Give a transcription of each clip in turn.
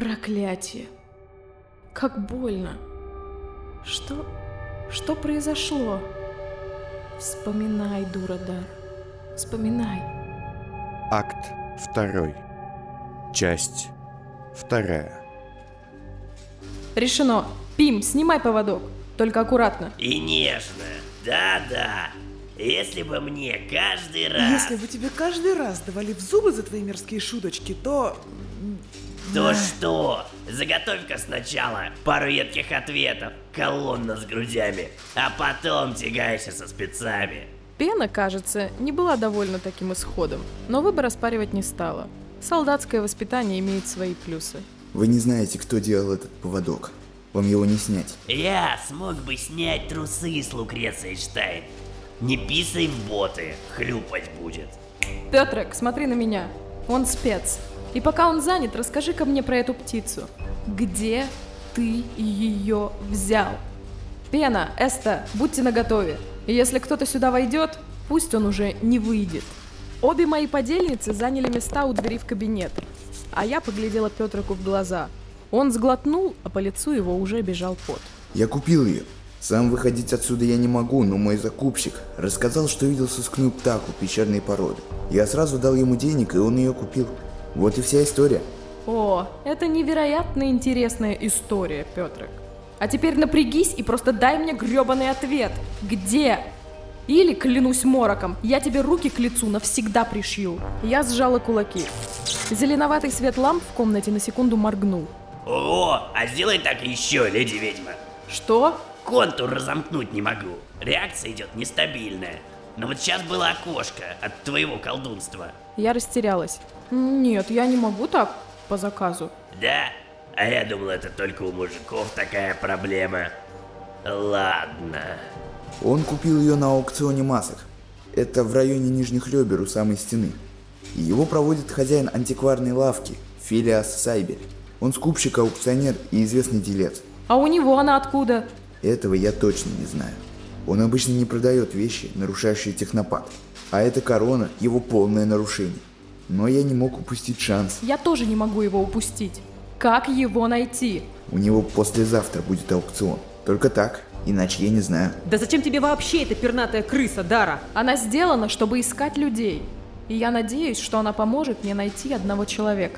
Проклятие. Как больно. Что произошло? Вспоминай, дура Дар. Вспоминай. Акт 2. Часть 2. Решено. Пим, снимай поводок. Только аккуратно. И нежно. Да-да. Если бы мне каждый раз... Если бы тебе каждый раз давали в зубы за твои мерзкие шуточки, то... То что? Заготовь-ка сначала пару едких ответов, колонна с грудями, а потом тягайся со спецами. Пена, кажется, не была довольна таким исходом, но выбор оспаривать не стала. Солдатское воспитание имеет свои плюсы. Вы не знаете, кто делал этот поводок. Вам его не снять. Я смог бы снять трусы с Лукреции Штайн. Не писай в боты, хлюпать будет. Петрик, смотри на меня. Он спец. И пока он занят, расскажи-ка мне про эту птицу. Где ты ее взял? Пена, Эста, будьте наготове. И если кто-то сюда войдет, пусть он уже не выйдет. Обе мои подельницы заняли места у двери в кабинет, а я поглядела Петрику в глаза. Он сглотнул, а по лицу его уже бежал пот. Я купил ее. Сам выходить отсюда я не могу, но мой закупщик рассказал, что видел сыскную птаху пещерной породы. Я сразу дал ему денег, и он ее купил. Вот и вся история. О, это невероятно интересная история, Петрик. А теперь напрягись и просто дай мне гребаный ответ. Где? Или, клянусь мороком, я тебе руки к лицу навсегда пришью. Я сжала кулаки. Зеленоватый свет ламп в комнате на секунду моргнул. Ого, а сделай так еще, леди-ведьма. Что? Контур разомкнуть не могу. Реакция идет нестабильная. Но вот сейчас было окошко от твоего колдунства. Я растерялась. Нет, я не могу так, по заказу. Да? А я думал, это только у мужиков такая проблема. Ладно. Он купил ее на аукционе масок. Это в районе Нижних Ребер у самой стены. И его проводит хозяин антикварной лавки, Филиас Сайбель. Он скупщик, аукционер и известный делец. А у него она откуда? Этого я точно не знаю. Он обычно не продает вещи, нарушающие технопат. А эта корона – его полное нарушение. Но я не мог упустить шанс. Я тоже не могу его упустить. Как его найти? У него послезавтра будет аукцион. Только так, иначе я не знаю. Да зачем тебе вообще эта пернатая крыса, Дара? Она сделана, чтобы искать людей. И я надеюсь, что она поможет мне найти одного человека.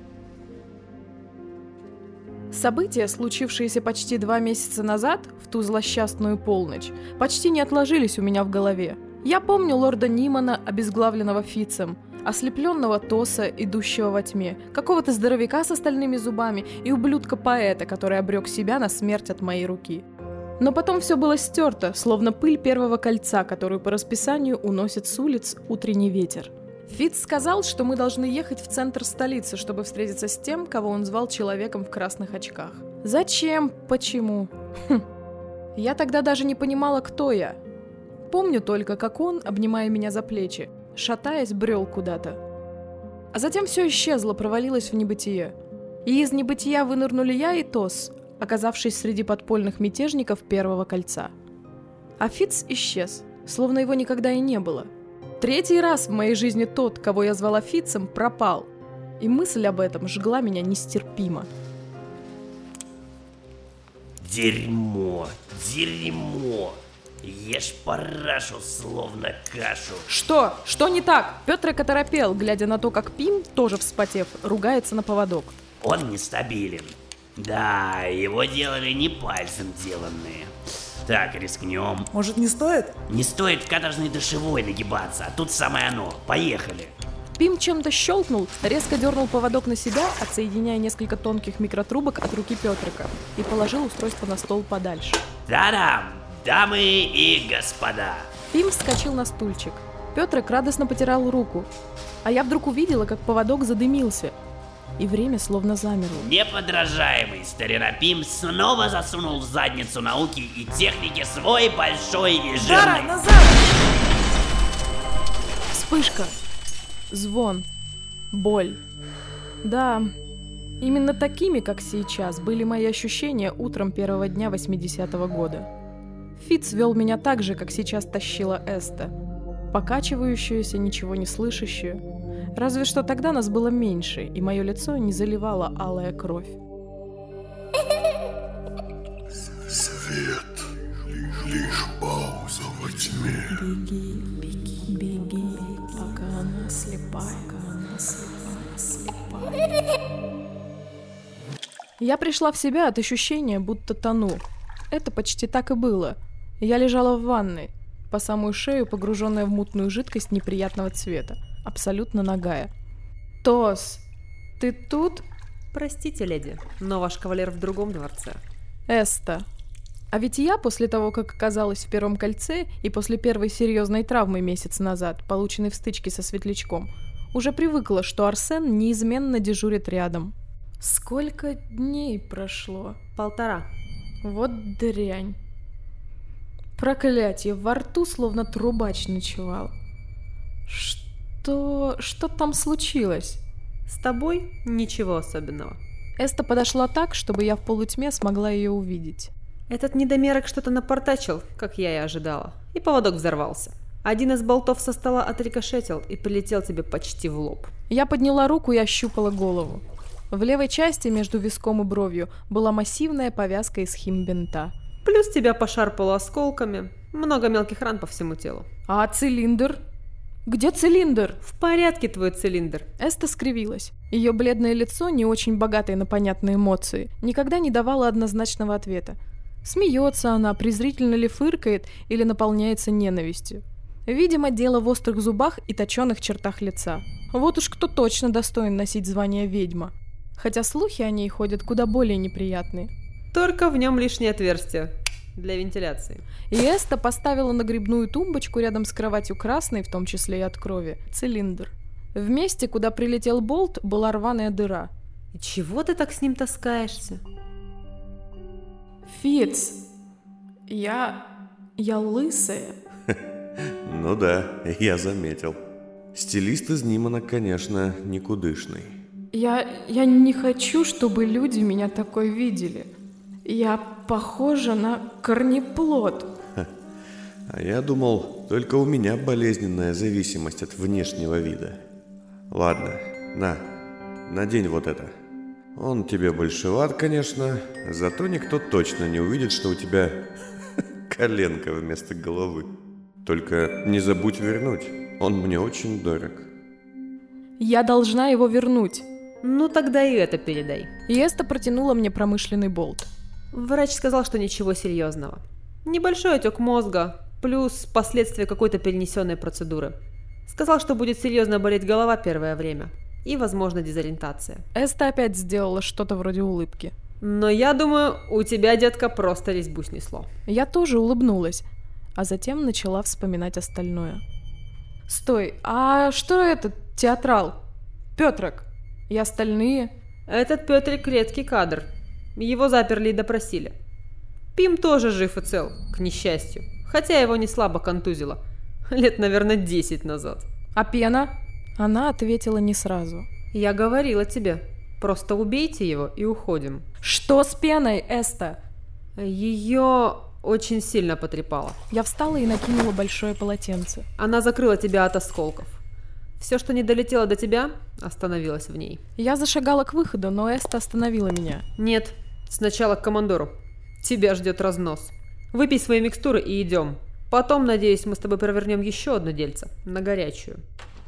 События, случившиеся почти 2 месяца назад, в ту злосчастную полночь, почти не отложились у меня в голове. Я помню лорда Нимана, обезглавленного Фитцем, ослепленного Тоса, идущего во тьме, какого-то здоровяка с остальными зубами и ублюдка-поэта, который обрек себя на смерть от моей руки. Но потом все было стерто, словно пыль первого кольца, которую по расписанию уносит с улиц утренний ветер. Фитц сказал, что мы должны ехать в центр столицы, чтобы встретиться с тем, кого он звал человеком в красных очках. Зачем? Почему? Я тогда даже не понимала, кто я. Помню только, как он, обнимая меня за плечи, шатаясь, брел куда-то. А затем все исчезло, провалилось в небытие. И из небытия вынырнули я и Тос, оказавшись среди подпольных мятежников первого кольца. А Фитц исчез, словно его никогда и не было. 3-й раз в моей жизни тот, кого я звала Фитцем, пропал. И мысль об этом жгла меня нестерпимо. Дерьмо, дерьмо. Ешь парашу, словно кашу. Что? Что не так? Петрик оторопел, глядя на то, как Пим, тоже вспотев, ругается на поводок. Он нестабилен. Да, его делали не пальцем деланные. Так, рискнем. Может, не стоит? Не стоит в каторжной душевой нагибаться, а тут самое оно. Поехали. Пим чем-то щелкнул, резко дернул поводок на себя, отсоединяя несколько тонких микротрубок от руки Петрика, и положил устройство на стол подальше. Та-дам! Дамы и господа! Пим вскочил на стульчик. Петрик радостно потирал руку. А я вдруг увидела, как поводок задымился. И время словно замерло. Неподражаемый старина Пим снова засунул в задницу науки и техники свой большой и жирный... Дара, назад! Вспышка. Звон. Боль. Да, именно такими, как сейчас, были мои ощущения утром первого дня 80-го года. Фитц вел меня так же, как сейчас тащила Эста. покачивающуюся, ничего не слышащую. Разве что тогда нас было меньше, и мое лицо не заливала алая кровь. Свет, лишь пауза во тьме. Беги, беги, беги, пока она слепая, Я пришла в себя от ощущения, будто тону. Это почти так и было. Я лежала в ванной, по самую шею погруженная в мутную жидкость неприятного цвета, абсолютно нагая. «Тос, ты тут?» Простите, леди, но ваш кавалер в другом дворце. «Эста, а ведь я после того, как оказалась в Первом кольце и после первой серьезной травмы месяц назад, полученной в стычке со Светлячком, уже привыкла, что Арсен неизменно дежурит рядом. Сколько дней прошло?» 1,5. Вот дрянь. Проклятье, во рту словно трубач ночевал. Что там случилось? С тобой ничего особенного. Эста подошла так, чтобы я в полутьме смогла ее увидеть. Этот недомерок что-то напортачил, как я и ожидала, и поводок взорвался. Один из болтов со стола отрикошетил и прилетел тебе почти в лоб. Я подняла руку и ощупала голову. В левой части между виском и бровью была массивная повязка из химбинта. Плюс тебя пошарпало осколками, много мелких ран по всему телу. А цилиндр? Где цилиндр? В порядке твой цилиндр. Эста скривилась. Ее бледное лицо, не очень богатое на понятные эмоции, никогда не давало однозначного ответа. Смеется она, презрительно ли фыркает или наполняется ненавистью. Видимо, дело в острых зубах и точеных чертах лица. Вот уж кто точно достоин носить звание ведьма. Хотя слухи о ней ходят куда более неприятные. Только в нем лишнее отверстие для вентиляции. И Эста поставила на грибную тумбочку рядом с кроватью красной, в том числе и от крови, цилиндр. В месте, куда прилетел болт, была рваная дыра. И чего ты так с ним таскаешься? Фиц, я лысая. Ну да, я заметил. Стилист из Нимана, конечно, никудышный. Я не хочу, чтобы люди меня такой видели. Я похожа на корнеплод. А я думал, только у меня болезненная зависимость от внешнего вида. Ладно, надень вот это. Он тебе большеват, конечно, зато никто точно не увидит, что у тебя коленка вместо головы. Только не забудь вернуть, он мне очень дорог. Я должна его вернуть. Ну тогда и это передай. И Эста протянула мне промышленный болт. Врач сказал, что ничего серьезного. Небольшой отек мозга, плюс последствия какой-то перенесенной процедуры. Сказал, что будет серьезно болеть голова первое время. И, возможно, дезориентация. Эста опять сделала что-то вроде улыбки. Но я думаю, у тебя, детка, просто резьбу снесло. Я тоже улыбнулась, а затем начала вспоминать остальное. Стой, а что этот театрал? Петрик и остальные? Этот Петрик редкий кадр. Его заперли и допросили. Пим тоже жив и цел, к несчастью. Хотя его не слабо контузило. Лет, наверное, 10 назад. А Пена? Она ответила не сразу. Я говорила тебе. Просто убейте его и уходим. Что с Пеной, Эста? Ее очень сильно потрепало. Я встала и накинула большое полотенце. Она закрыла тебя от осколков. Все, что не долетело до тебя, остановилось в ней. Я зашагала к выходу, но Эста остановила меня. Нет, сначала к командору. Тебя ждет разнос. Выпей свои микстуры и идем. Потом, надеюсь, мы с тобой провернем еще одно дельце. На горячую.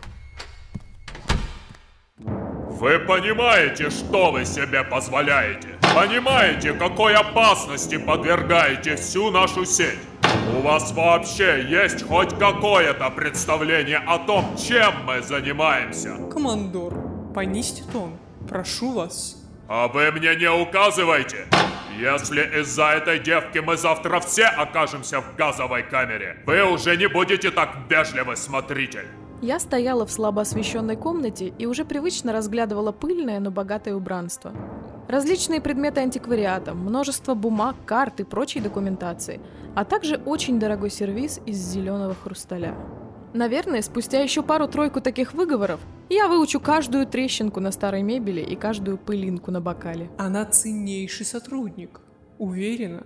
Вы понимаете, что вы себе позволяете? Понимаете, какой опасности подвергаете всю нашу сеть? У вас вообще есть хоть какое-то представление о том, чем мы занимаемся? Командор, понизьте тон. Прошу вас. А вы мне не указывайте! Если из-за этой девки мы завтра все окажемся в газовой камере, вы уже не будете так вежливы, смотритель. Я стояла в слабо освещенной комнате и уже привычно разглядывала пыльное, но богатое убранство. Различные предметы антиквариата, множество бумаг, карт и прочей документации, а также очень дорогой сервиз из зеленого хрусталя. Наверное, спустя еще пару-тройку таких выговоров я выучу каждую трещинку на старой мебели и каждую пылинку на бокале. Она ценнейший сотрудник. Уверена,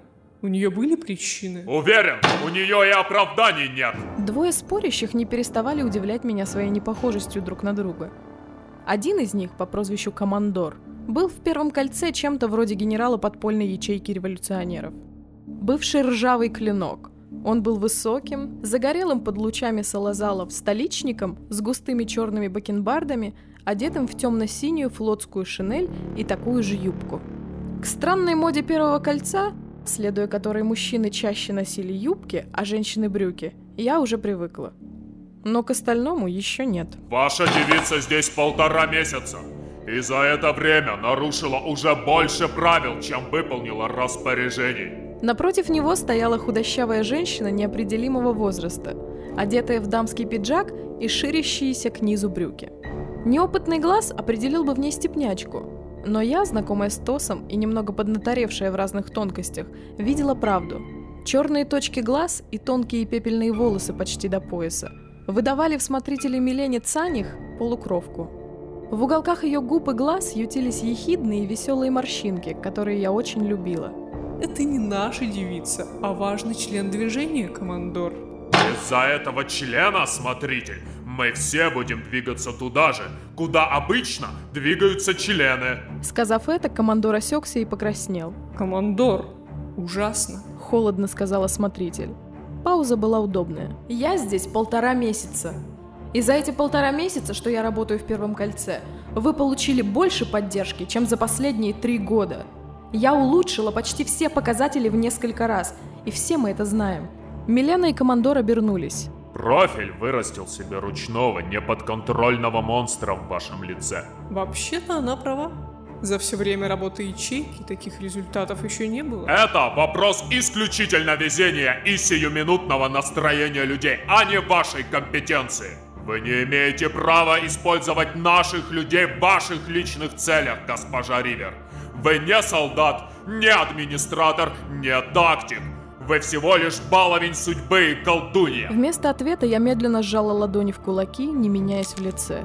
У нее были причины? Уверен, у нее и оправданий нет. Двое спорящих не переставали удивлять меня своей непохожестью друг на друга. Один из них, по прозвищу Командор, был в Первом кольце чем-то вроде генерала подпольной ячейки революционеров. Бывший ржавый клинок. Он был высоким, загорелым под лучами салазалов столичником с густыми черными бакенбардами, одетым в темно-синюю флотскую шинель и такую же юбку. К странной моде Первого кольца, следуя которой мужчины чаще носили юбки, а женщины брюки, я уже привыкла. Но к остальному еще нет. Ваша девица здесь 1,5 месяца. И за это время нарушила уже больше правил, чем выполнила распоряжений. Напротив него стояла худощавая женщина неопределимого возраста, одетая в дамский пиджак и ширящиеся к низу брюки. Неопытный глаз определил бы в ней степнячку, но я, знакомая с Тосом и немного поднаторевшая в разных тонкостях, видела правду. Черные точки глаз и тонкие пепельные волосы почти до пояса выдавали в смотрителе Милене Цаних полукровку. В уголках ее губ и глаз ютились ехидные и веселые морщинки, которые я очень любила. Это не наша девица, а важный член движения, командор. Из-за этого члена, смотритель, мы все будем двигаться туда же, куда обычно двигаются члены. Сказав это, командор осекся и покраснел. Командор, ужасно. Холодно сказала смотритель. Пауза была удобная. Я здесь 1,5 месяца. И за эти 1,5 месяца, что я работаю в Первом кольце, вы получили больше поддержки, чем за последние 3 года. Я улучшила почти все показатели в несколько раз, и все мы это знаем. Милена и командор обернулись. Профиль вырастил себе ручного, неподконтрольного монстра в вашем лице. Вообще-то она права. За все время работы ячейки таких результатов еще не было. Это вопрос исключительно везения и сиюминутного настроения людей, а не вашей компетенции. Вы не имеете права использовать наших людей в ваших личных целях, госпожа Ривер. Вы не солдат, не администратор, не тактик. Вы всего лишь баловень судьбы и колдунья. Вместо ответа я медленно сжала ладони в кулаки, не меняясь в лице.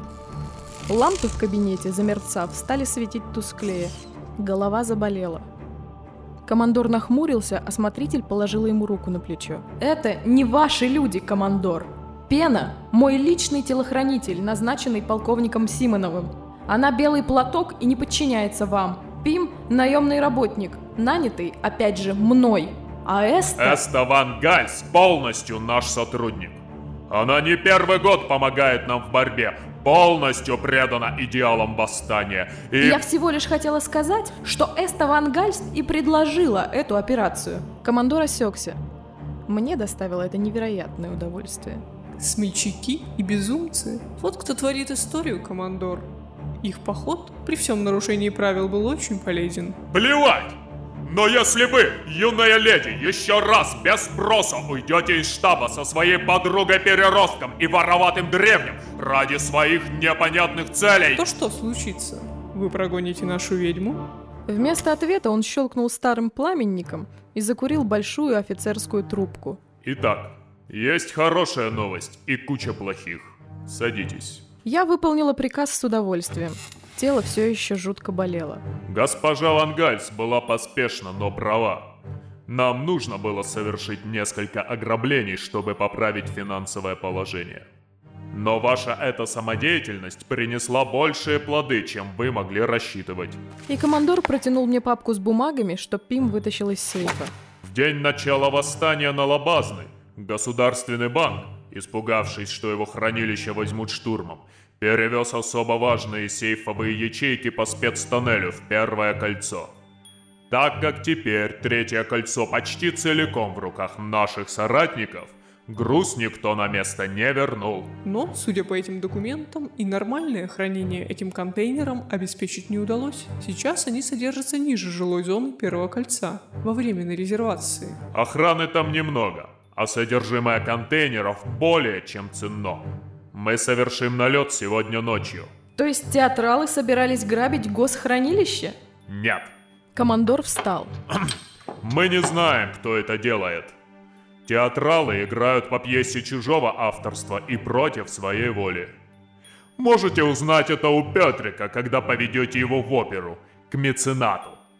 Лампы в кабинете, замерцав, стали светить тусклее. Голова заболела. Командор нахмурился, а смотритель положила ему руку на плечо. «Это не ваши люди, командор. Пена – мой личный телохранитель, назначенный полковником Симоновым. Она белый платок и не подчиняется вам. Пим – наемный работник, нанятый, опять же, мной. А Эста Ван Гальс полностью наш сотрудник. Она не первый год помогает нам в борьбе, полностью предана идеалам восстания. И... Я всего лишь хотела сказать, что Эста Ван Гальс и предложила эту операцию. Командор осекся. Мне доставило это невероятное удовольствие. Смельчаки и безумцы. Вот кто творит историю, командор. Их поход при всем нарушении правил был очень полезен. Плевать! Но если вы, юная леди, еще раз без спроса уйдете из штаба со своей подругой-переростком и вороватым древним ради своих непонятных целей... То что случится? Вы прогоните нашу ведьму? Вместо ответа он щелкнул старым пламенником и закурил большую офицерскую трубку. Итак, есть хорошая новость и куча плохих. Садитесь. Я выполнила приказ с удовольствием. Тело все еще жутко болело. Госпожа Ван Гальс была поспешна, но права. Нам нужно было совершить несколько ограблений, чтобы поправить финансовое положение. Но ваша эта самодеятельность принесла большие плоды, чем вы могли рассчитывать. И командор протянул мне папку с бумагами, что Пим вытащил из сейфа. В день начала восстания на Лабазны Государственный банк, испугавшись, что его хранилище возьмут штурмом, перевез особо важные сейфовые ячейки по спецтоннелю в Первое кольцо. Так как теперь Третье кольцо почти целиком в руках наших соратников, груз никто на место не вернул. Но, судя по этим документам, и нормальное хранение этим контейнерам обеспечить не удалось. Сейчас они содержатся ниже жилой зоны Первого кольца, во временной резервации. Охраны там немного, а содержимое контейнеров более чем ценно. Мы совершим налет сегодня ночью. То есть театралы собирались грабить госхранилище? Нет. Командор встал. Мы не знаем, кто это делает. Театралы играют по пьесе чужого авторства и против своей воли. Можете узнать это у Петрика, когда поведете его в оперу, к меценату.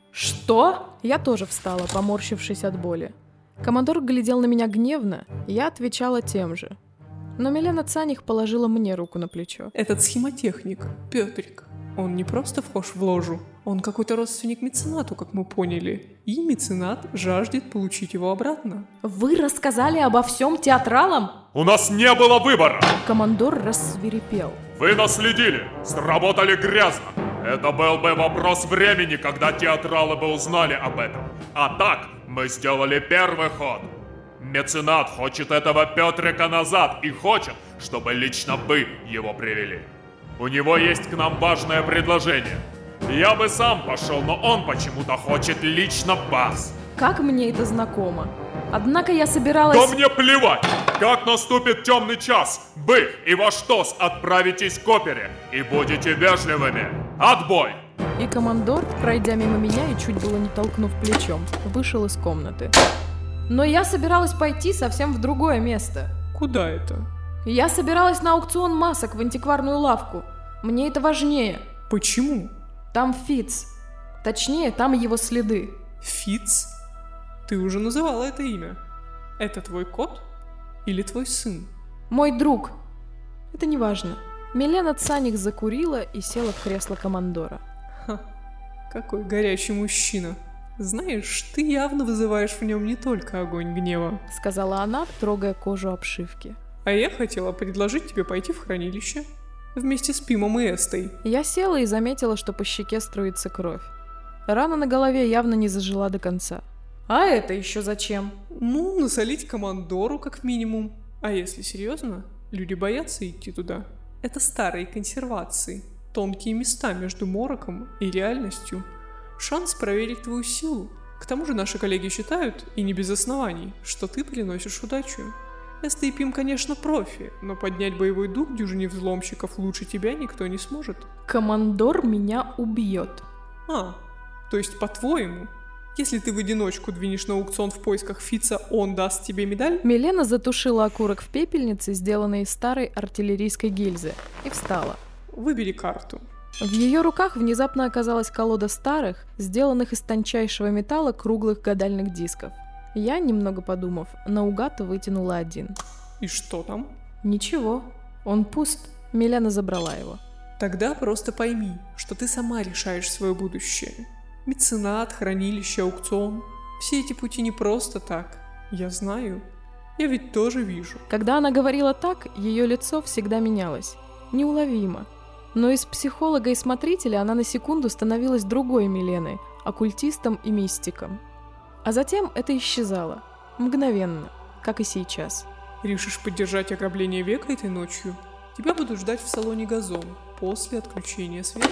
Что? Я тоже встала, поморщившись от боли. Командор глядел на меня гневно, я отвечала тем же. Но Милена Цаних положила мне руку на плечо. Этот схемотехник, Петрик, он не просто вхож в ложу, он какой-то родственник меценату, как мы поняли. И меценат жаждет получить его обратно. Вы рассказали обо всем театралам? У нас не было выбора! Командор рассвирепел. Вы наследили, сработали грязно. Это был бы вопрос времени, когда театралы бы узнали об этом. А так, мы сделали первый ход. Меценат хочет этого Петрика назад и хочет, чтобы лично вы его привели. У него есть к нам важное предложение. Я бы сам пошел, но он почему-то хочет лично вас. Как мне это знакомо. Однако я собиралась... Да мне плевать! Как наступит темный час, вы и ваш ТОС отправитесь к опере и будете вежливыми. Отбой! И командор, пройдя мимо меня и чуть было не толкнув плечом, вышел из комнаты. Но я собиралась пойти совсем в другое место. Куда это? Я собиралась на аукцион масок в антикварную лавку. Мне это важнее. Почему? Там Фиц. Точнее, там его следы. Фиц? Ты уже называла это имя. Это твой кот или твой сын? Мой друг. Это не важно. Милена Цаних закурила и села в кресло командора. Ха, какой горячий мужчина. Знаешь, ты явно вызываешь в нем не только огонь гнева, сказала она, трогая кожу обшивки. А я хотела предложить тебе пойти в хранилище вместе с Пимом и Эстой. Я села и заметила, что по щеке струится кровь. Рана на голове явно не зажила до конца. А это еще зачем? Ну, насолить командору как минимум. А если серьезно, люди боятся идти туда. Это старые консервации, тонкие места между мороком и реальностью. Шанс проверить твою силу. К тому же наши коллеги считают, и не без оснований, что ты приносишь удачу. Эста и Пим, конечно, профи, но поднять боевой дух дюжине взломщиков лучше тебя никто не сможет. Командор меня убьет. А, то есть по-твоему, если ты в одиночку двинешь на аукцион в поисках Фица, он даст тебе медаль? Милена затушила окурок в пепельнице, сделанной из старой артиллерийской гильзы, и встала. Выбери карту. В ее руках внезапно оказалась колода старых, сделанных из тончайшего металла круглых гадальных дисков. Я, немного подумав, наугад вытянула один. И что там? Ничего. Он пуст. Милена забрала его. Тогда просто пойми, что ты сама решаешь свое будущее. Меценат, хранилище, аукцион. Все эти пути не просто так. Я знаю. Я ведь тоже вижу. Когда она говорила так, ее лицо всегда менялось. Неуловимо. Но из психолога и смотрителя она на секунду становилась другой Миленой, оккультистом и мистиком. А затем это исчезало. Мгновенно, как и сейчас. Решишь поддержать ограбление века этой ночью? Тебя будут ждать в салоне «Газон» после отключения света.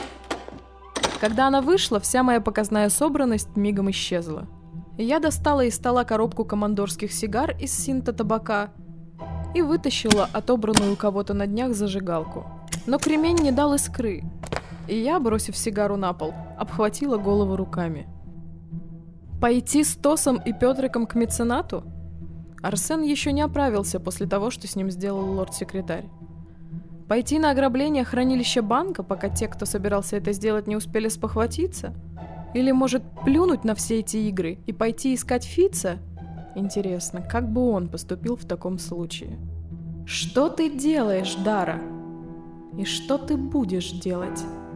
Когда она вышла, вся моя показная собранность мигом исчезла. Я достала из стола коробку командорских сигар из синта-табака и вытащила отобранную у кого-то на днях зажигалку. Но кремень не дал искры, и я, бросив сигару на пол, обхватила голову руками. Пойти с Тосом и Петриком к меценату? Арсен еще не оправился после того, что с ним сделал лорд-секретарь. Пойти на ограбление хранилища банка, пока те, кто собирался это сделать, не успели спохватиться? Или, может, плюнуть на все эти игры и пойти искать Фица? Интересно, как бы он поступил в таком случае? Что ты делаешь, Дара? И что ты будешь делать?